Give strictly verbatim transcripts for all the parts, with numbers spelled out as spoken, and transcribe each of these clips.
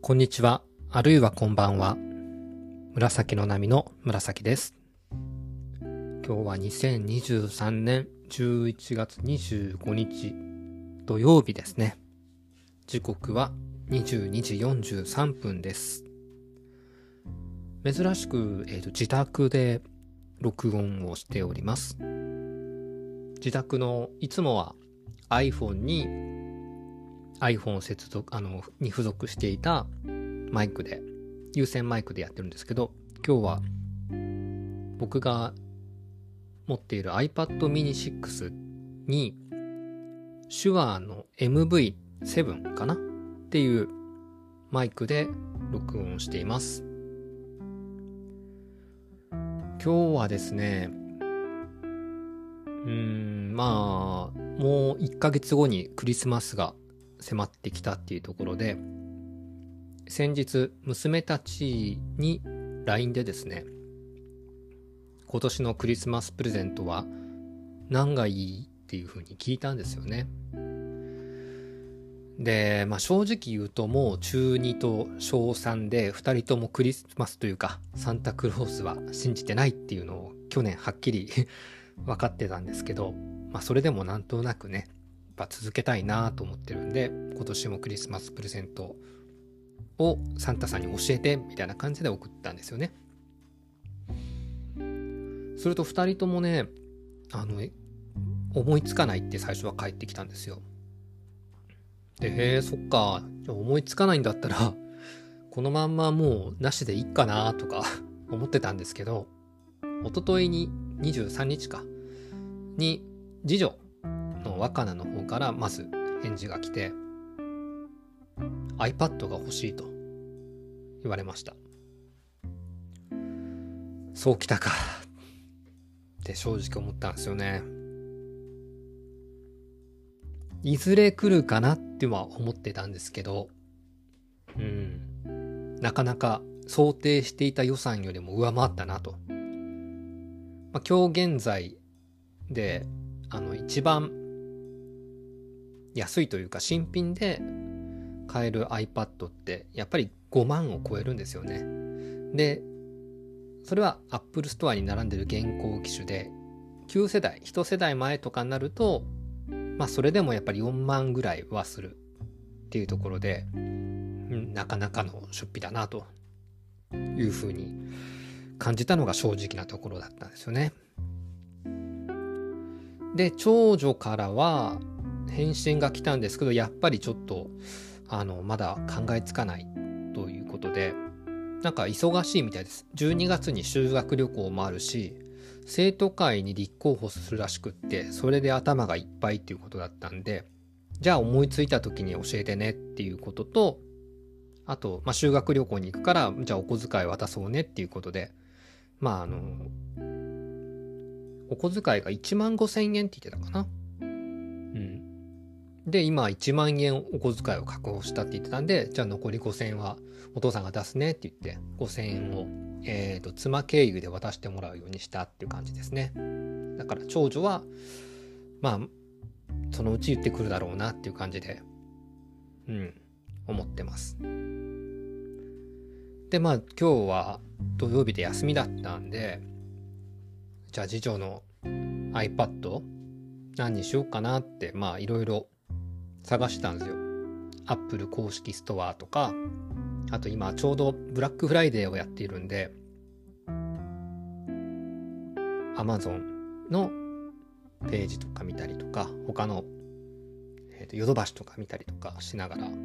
こんにちは、あるいはこんばんは。紫の波の紫です。今日はにせんにじゅうさんねんじゅういちがつにじゅうごにち土曜日ですね。時刻はにじゅうにじよんじゅうさんぷんです。珍しく、えーと、自宅で録音をしております。自宅のいつもは iPhone に iPhone を接続あのに付属していたマイクで有線マイクでやってるんですけど、今日は僕が持っている iPad mini シックスに手話の エムブイセブン かなっていうマイクで録音しています。今日はですね、うーんまあもういっかげつごにクリスマスが迫ってきたっていうところで、先日娘たちに ライン でですね、今年のクリスマスプレゼントは何がいいっていう風に聞いたんですよね。で、まあ正直言うともう中にとしょうさんでふたりともクリスマスというかサンタクロースは信じてないっていうのを去年はっきり分かってたんですけど、まあそれでもなんとなくね、やっぱ続けたいなと思ってるんで、今年もクリスマスプレゼントをサンタさんに教えてみたいな感じで送ったんですよね。するとふたりともね、あの思いつかないって最初は返ってきたんですよ。で、へえ、そっか、じゃあ思いつかないんだったらこのまんまもうなしでいいかなとか思ってたんですけど、一昨日ににじゅうさんにちかに次女の若菜の方からまず返事が来て、 iPad が欲しいと言われました。そうきたかって正直思ったんですよね。いずれ来るかなっては思ってたんですけど、うんなかなか想定していた予算よりも上回ったなと。まあ、今日現在であの一番安いというか新品で買える iPad ってやっぱりごまんを超えるんですよね。で、それは Apple Store に並んでる現行機種で、きゅうせだい、いち世代前とかになると、まあそれでもやっぱりよんまんぐらいはするっていうところで、うん、なかなかの出費だなというふうに感じたのが正直なところだったんですよね。で、長女からは返信が来たんですけど、やっぱりちょっとあのまだ考えつかないということで、なんか忙しいみたいです。じゅうにがつに修学旅行もあるし、生徒会に立候補するらしくって、それで頭がいっぱいっていうことだったんで、じゃあ思いついた時に教えてねっていうことと、あと、まあ、修学旅行に行くからじゃあお小遣い渡そうねっていうことで、まああのお小遣いがいちまんごせんえんって言ってたかな。うんで、今いちまんえんお小遣いを確保したって言ってたんで、じゃあ残りごせんえんはお父さんが出すねって言って、ごせんえんを、えーと、妻経由で渡してもらうようにしたっていう感じですね。だから長女は、まあ、そのうち言ってくるだろうなっていう感じで、うん、思ってます。で、まあ今日は土曜日で休みだったんで、じゃあ次女の iPad 何にしようかなって、まあいろいろ探したんですよ。アップル公式ストアとか、あと今ちょうどブラックフライデーをやっているんで、アマゾンのページとか見たりとか、他の、えーと、ヨドバシとか見たりとかしながら、うん、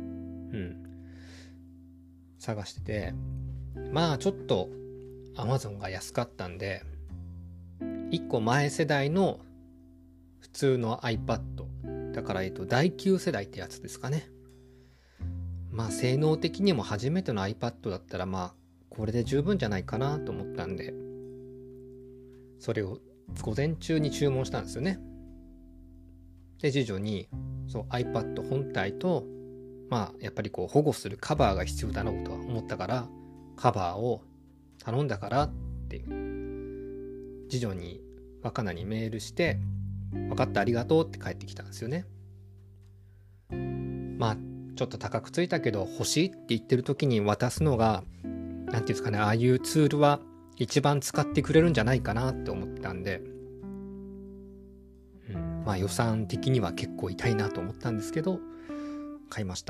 探してて、まあちょっとアマゾンが安かったんで、いっこまえ世代の普通の iPad、だから、えっと、だいきゅう世代ってやつですかね。まあ性能的にも初めての iPad だったら、まあこれで十分じゃないかなと思ったんで、それを午前中に注文したんですよね。で、次女にそう iPad 本体と、まあやっぱりこう保護するカバーが必要だろうとは思ったから、カバーを頼んだからっていう次女に若菜にメールして、分かったありがとうって返ってきたんですよね。まあちょっと高くついたけど欲しいって言ってる時に渡すのが、なんていうんですかね、ああいうツールは一番使ってくれるんじゃないかなって思ったんで、うん、まあ予算的には結構痛いなと思ったんですけど、買いました。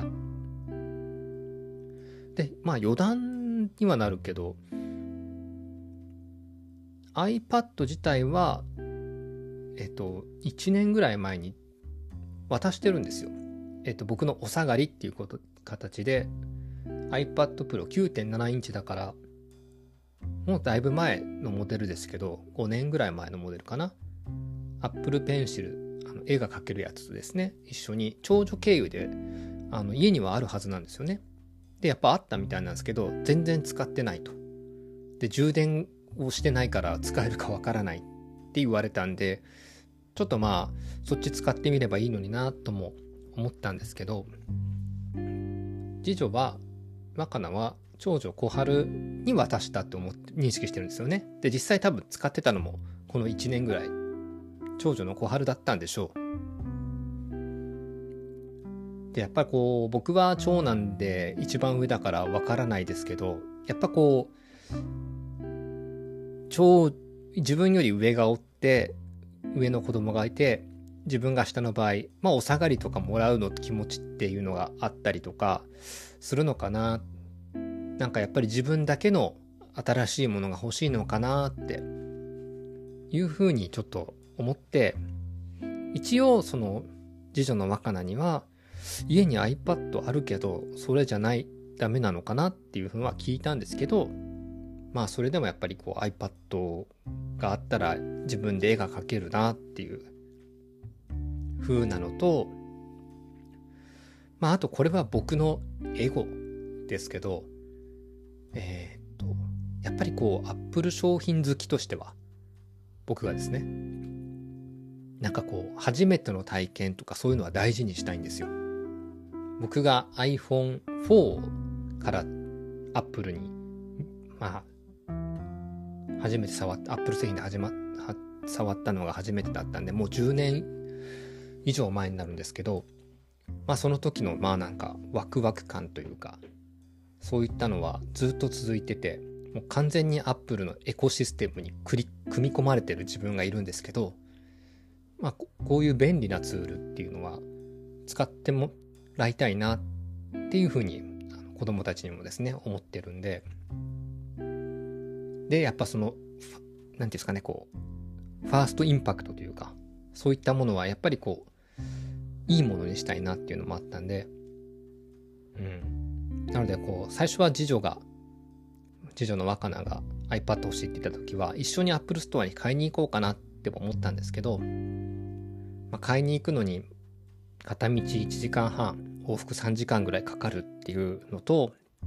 で、まあ余談にはなるけど、iPad 自体は、えっと、いちねんぐらい前に渡してるんですよ。えっと、僕のお下がりっていうこと形で iPad Pro きゅうてんなな インチだから、もうだいぶ前のモデルですけど、ごねんぐらい前のモデルかな。Apple Pencil、あの絵が描けるやつとですね、一緒に長女経由であの家にはあるはずなんですよね。で、やっぱあったみたいなんですけど、全然使ってないと。で、充電をしてないから使えるかわからないって言われたんで、ちょっとまあそっち使ってみればいいのになとも思ったんですけど、次女は若菜は長女小春に渡したって思って認識してるんですよね。で、実際多分使ってたのもこのいちねんぐらい長女の小春だったんでしょう。で、やっぱりこう僕は長男で一番上だからわからないですけど、やっぱこう長自分より上がおって上の子供がいて、自分が下の場合、まあお下がりとかもらうの気持ちっていうのがあったりとかするのかな。なんかやっぱり自分だけの新しいものが欲しいのかなっていうふうにちょっと思って、一応その次女の若菜には家に iPad あるけどそれじゃないダメなのかなっていうふうには聞いたんですけど、まあそれでもやっぱりこう iPad があったら自分で絵が描けるなっていう風なのと、まああとこれは僕のエゴですけど、えー、っとやっぱりこう Apple 商品好きとしては僕がですね、なんかこう初めての体験とかそういうのは大事にしたいんですよ。僕が アイフォンフォー から Apple にまあ初めて触った Apple 製品で始ま触ったのが初めてだったんで、もうじゅうねん以上前になるんですけど、まあその時のまあなんかワクワク感というか、そういったのはずっと続いてて、もう完全に Apple のエコシステムに組み込まれてる自分がいるんですけど、まあこういう便利なツールっていうのは使ってもらいたいなっていうふうに子供たちにもですね思ってるんで、でやっぱそのなんていうんですかね、こうファーストインパクトというか、そういったものはやっぱりこういいものにしたいなっていうのもあったんで、うんなのでこう最初は次女が次女の若菜が iPad 欲しいって言った時は一緒に Apple ストアに買いに行こうかなって思ったんですけど、まあ、買いに行くのに片道いちじかんはん往復さんじかんぐらいかかるっていうのと、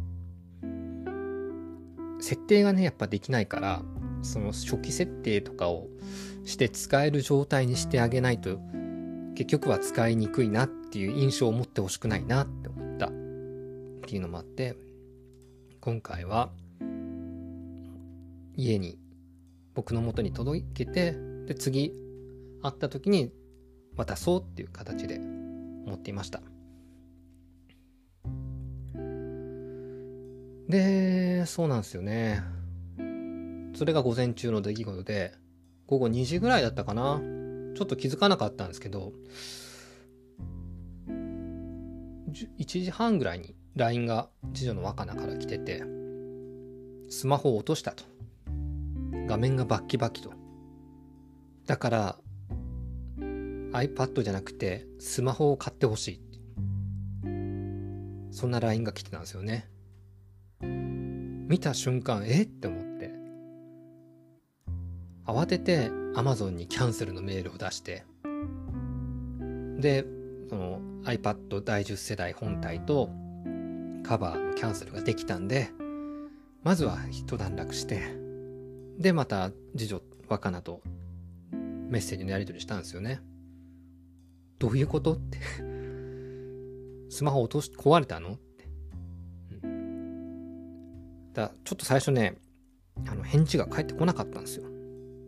設定がねやっぱできないから、その初期設定とかをして使える状態にしてあげないと結局は使いにくいなっていう印象を持ってほしくないなって思ったっていうのもあって、今回は家に僕の元に届けて、で次会った時に渡そうっていう形で思っていました。でそうなんですよね。それが午前中の出来事で、午後にじぐらいだったかな、ちょっと気づかなかったんですけど、いちじはんぐらいに ライン が次女の若菜から来てて、スマホを落としたと、画面がバッキバキと、だから iPad じゃなくてスマホを買ってほしいって、そんな ライン が来てたんですよね。見た瞬間えって思って、慌てて Amazon にキャンセルのメールを出して、でその iPad だいじゅっ世代本体とカバーのキャンセルができたんで、まずは一段落して、でまた次女若菜とメッセージのやり取りしたんですよね。どういうことってスマホ落とし壊れたのって、うん、だちょっと最初ねあの返事が返ってこなかったんですよ。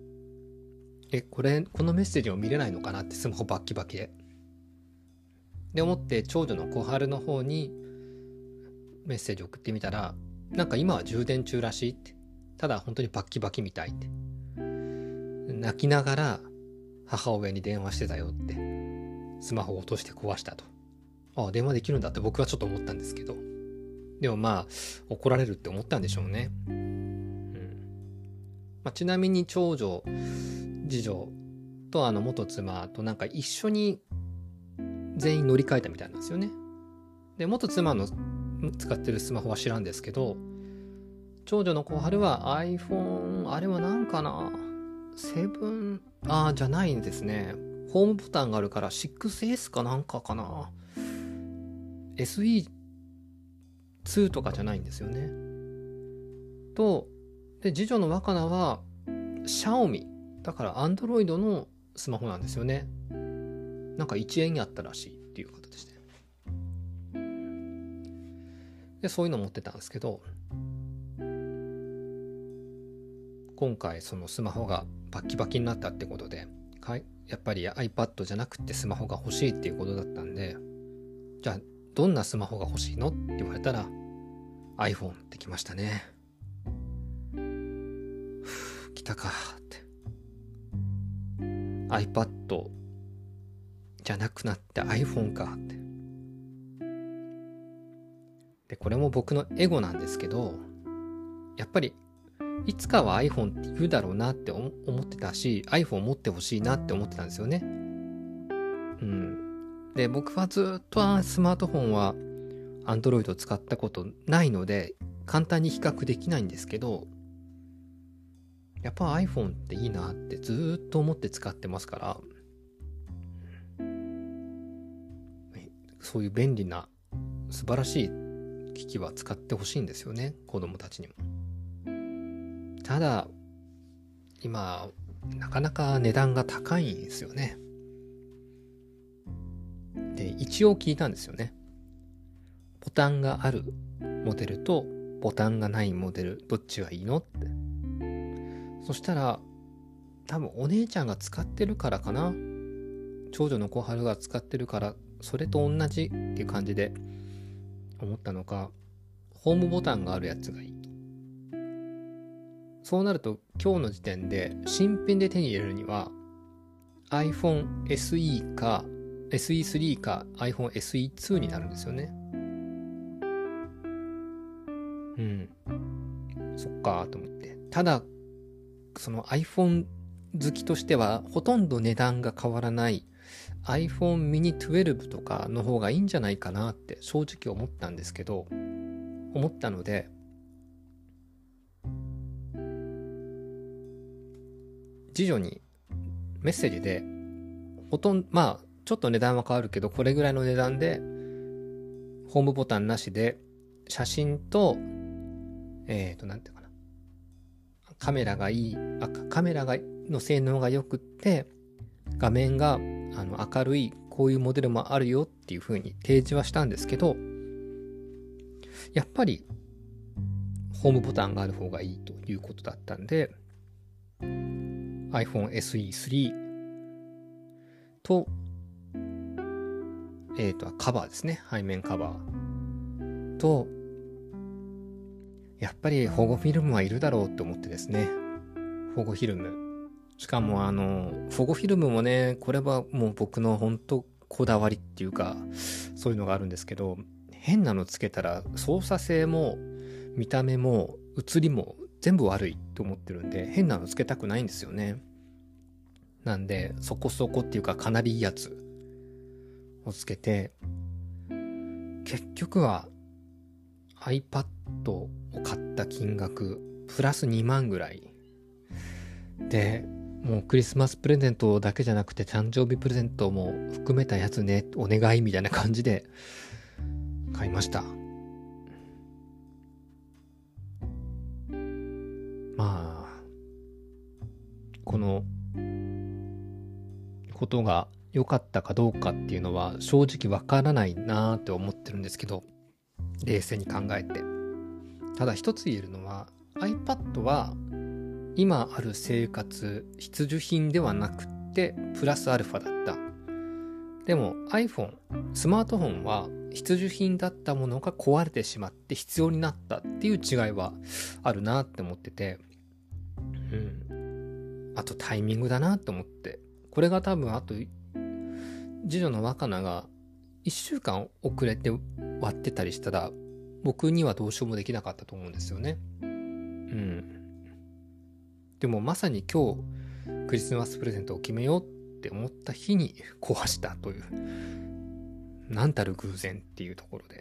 えこれこのメッセージを見れないのかなって、スマホバッキバキでで思って長女の小春の方にメッセージ送ってみたら、なんか今は充電中らしいって、ただ本当にバッキバキみたいって、泣きながら母親に電話してたよって、スマホを落として壊したと。ああ、電話できるんだって僕はちょっと思ったんですけど、でもまあ怒られるって思ったんでしょうね。うん。まあ、ちなみに長女次女とあの元妻となんか一緒に全員乗り換えたみたいなんですよね。で元妻の使ってるスマホは知らんですけど、長女の小春は iPhone あれはなんかなセブン、ああじゃないんですね。ホームボタンがあるから シックスエス かなんかかな、 エスイーツー とかじゃないんですよね。とで次女の若菜はシャオミだから Android のスマホなんですよね。なんかいちえんにあったらしいっていう形で、でそういうの持ってたんですけど、今回そのスマホがバッキバキになったってことで、やっぱり iPad じゃなくてスマホが欲しいっていうことだったんで、じゃあどんなスマホが欲しいのって言われたら iPhone ってきましたね。ふう来たかって、 iPad じゃなくなって iPhone かって。でこれも僕のエゴなんですけど、やっぱりいつかは iPhone って言うだろうなって思ってたし、 iPhone 持ってほしいなって思ってたんですよね。うん。で僕はずっとスマートフォンは Android を使ったことないので簡単に比較できないんですけど、やっぱ iPhone っていいなってずっと思って使ってますから、そういう便利な素晴らしい機器は使ってほしいんですよね、子供たちにも。ただ今なかなか値段が高いんですよね。で一応聞いたんですよね。ボタンがあるモデルとボタンがないモデルどっちがいいのって。そしたら多分お姉ちゃんが使ってるからかな、長女の小春が使ってるからそれと同じっていう感じで思ったのか、ホームボタンがあるやつがいいと。そうなると今日の時点で新品で手に入れるには iPhone エスイー か エスイースリー か iPhone エスイーツー になるんですよね。うん。そっかと思って。ただその iPhone 好きとしてはほとんど値段が変わらない iPhone mini じゅうにとかの方がいいんじゃないかなって正直思ったんですけど、思ったので次女にメッセージで、ほとんどまあちょっと値段は変わるけどこれぐらいの値段でホームボタンなしで写真とえっとなんていうかな、カメラがいいあカメラがの性能が良くって画面があの明るいこういうモデルもあるよっていう風に提示はしたんですけど、やっぱりホームボタンがある方がいいということだったんで iPhone エスイースリー とえっとカバーですね、背面カバーとやっぱり保護フィルムはいるだろうって思ってですね、保護フィルム、しかもあの保護フィルムもね、これはもう僕の本当こだわりっていうかそういうのがあるんですけど、変なのつけたら操作性も見た目も写りも全部悪いと思ってるんで、変なのつけたくないんですよね。なんでそこそこっていうかかなりいいやつをつけて、結局は iPad を買った金額プラスにまんぐらいで、もうクリスマスプレゼントだけじゃなくて誕生日プレゼントも含めたやつね、お願いみたいな感じで買いました。まあこのことが良かったかどうかっていうのは正直わからないなーって思ってるんですけど、冷静に考えて、ただ一つ言えるのは iPad は今ある生活必需品ではなくてプラスアルファだった。 でも iPhone、スマートフォンは必需品だったものが壊れてしまって必要になったっていう違いはあるなって思ってて、うん。あとタイミングだなって思って、これが多分あと次女の若菜がいっしゅうかん遅れて割ってたりしたら僕にはどうしようもできなかったと思うんですよね。うん。でもまさに今日クリスマスプレゼントを決めようって思った日に壊したという、なんたる偶然っていうところで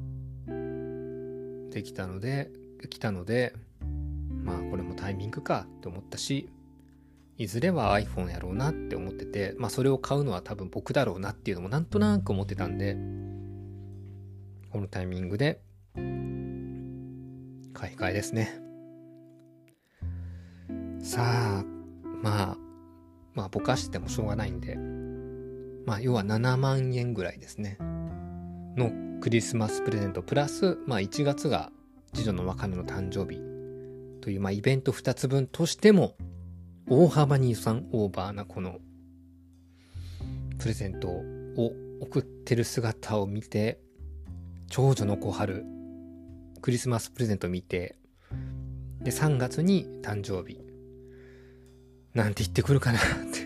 できたので来たので、まあこれもタイミングかって思ったし、いずれは iPhone やろうなって思ってて、まあそれを買うのは多分僕だろうなっていうのもなんとなく思ってたんで、このタイミングで買い替えですね。さあ、まあまあぼかしてもしょうがないんで、まあ要はななまんえんぐらいですねのクリスマスプレゼントプラス、まあいちがつが次女の若菜の誕生日という、まあイベントふたつぶんとしても大幅に予算オーバーなこのプレゼントを送ってる姿を見て、長女の小春クリスマスプレゼントを見て、でさんがつに誕生日なんて言ってくるかなって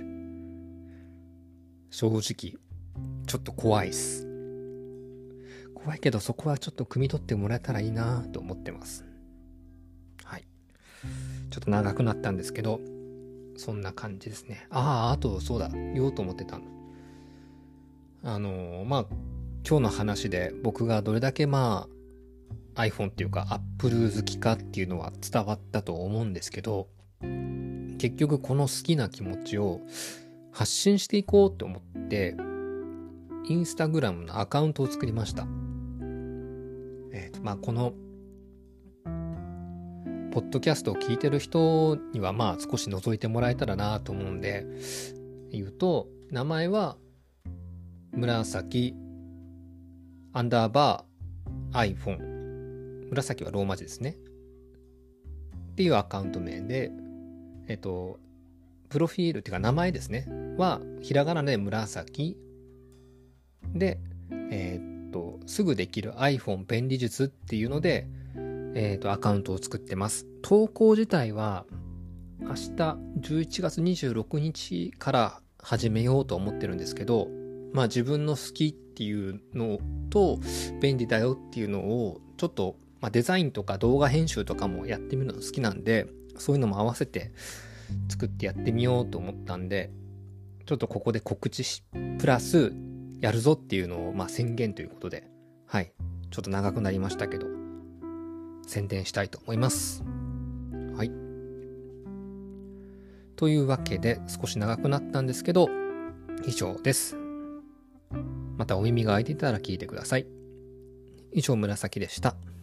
正直ちょっと怖いっす。怖いけどそこはちょっと汲み取ってもらえたらいいなと思ってます。はい、ちょっと長くなったんですけど、そんな感じですね。ああ、あとそうだ、言おうと思ってたの。あのー、まあ、今日の話で僕がどれだけまあ iPhone っていうか Apple 好きかっていうのは伝わったと思うんですけど、結局この好きな気持ちを発信していこうと思って、インスタグラムのアカウントを作りました。えっと、まあ、このポッドキャストを聞いてる人にはまあ少し覗いてもらえたらなと思うんで言うと、名前は紫アンダーバー iPhone、 紫はローマ字ですねっていうアカウント名で、えっとプロフィールっていうか名前ですねはひらがなで紫で、えー、っとすぐできる iPhone 便利術っていうのでえーと、アカウントを作ってます。投稿自体は明日じゅういちがつにじゅうろくにちから始めようと思ってるんですけど、まあ自分の好きっていうのと便利だよっていうのをちょっと、まあ、デザインとか動画編集とかもやってみるの好きなんで、そういうのも合わせて作ってやってみようと思ったんで、ちょっとここで告知しプラスやるぞっていうのをまあ宣言ということで、はい、ちょっと長くなりましたけど宣伝したいと思います。はい。というわけで少し長くなったんですけど以上です。またお耳が空いていたら聞いてください。以上、紫でした。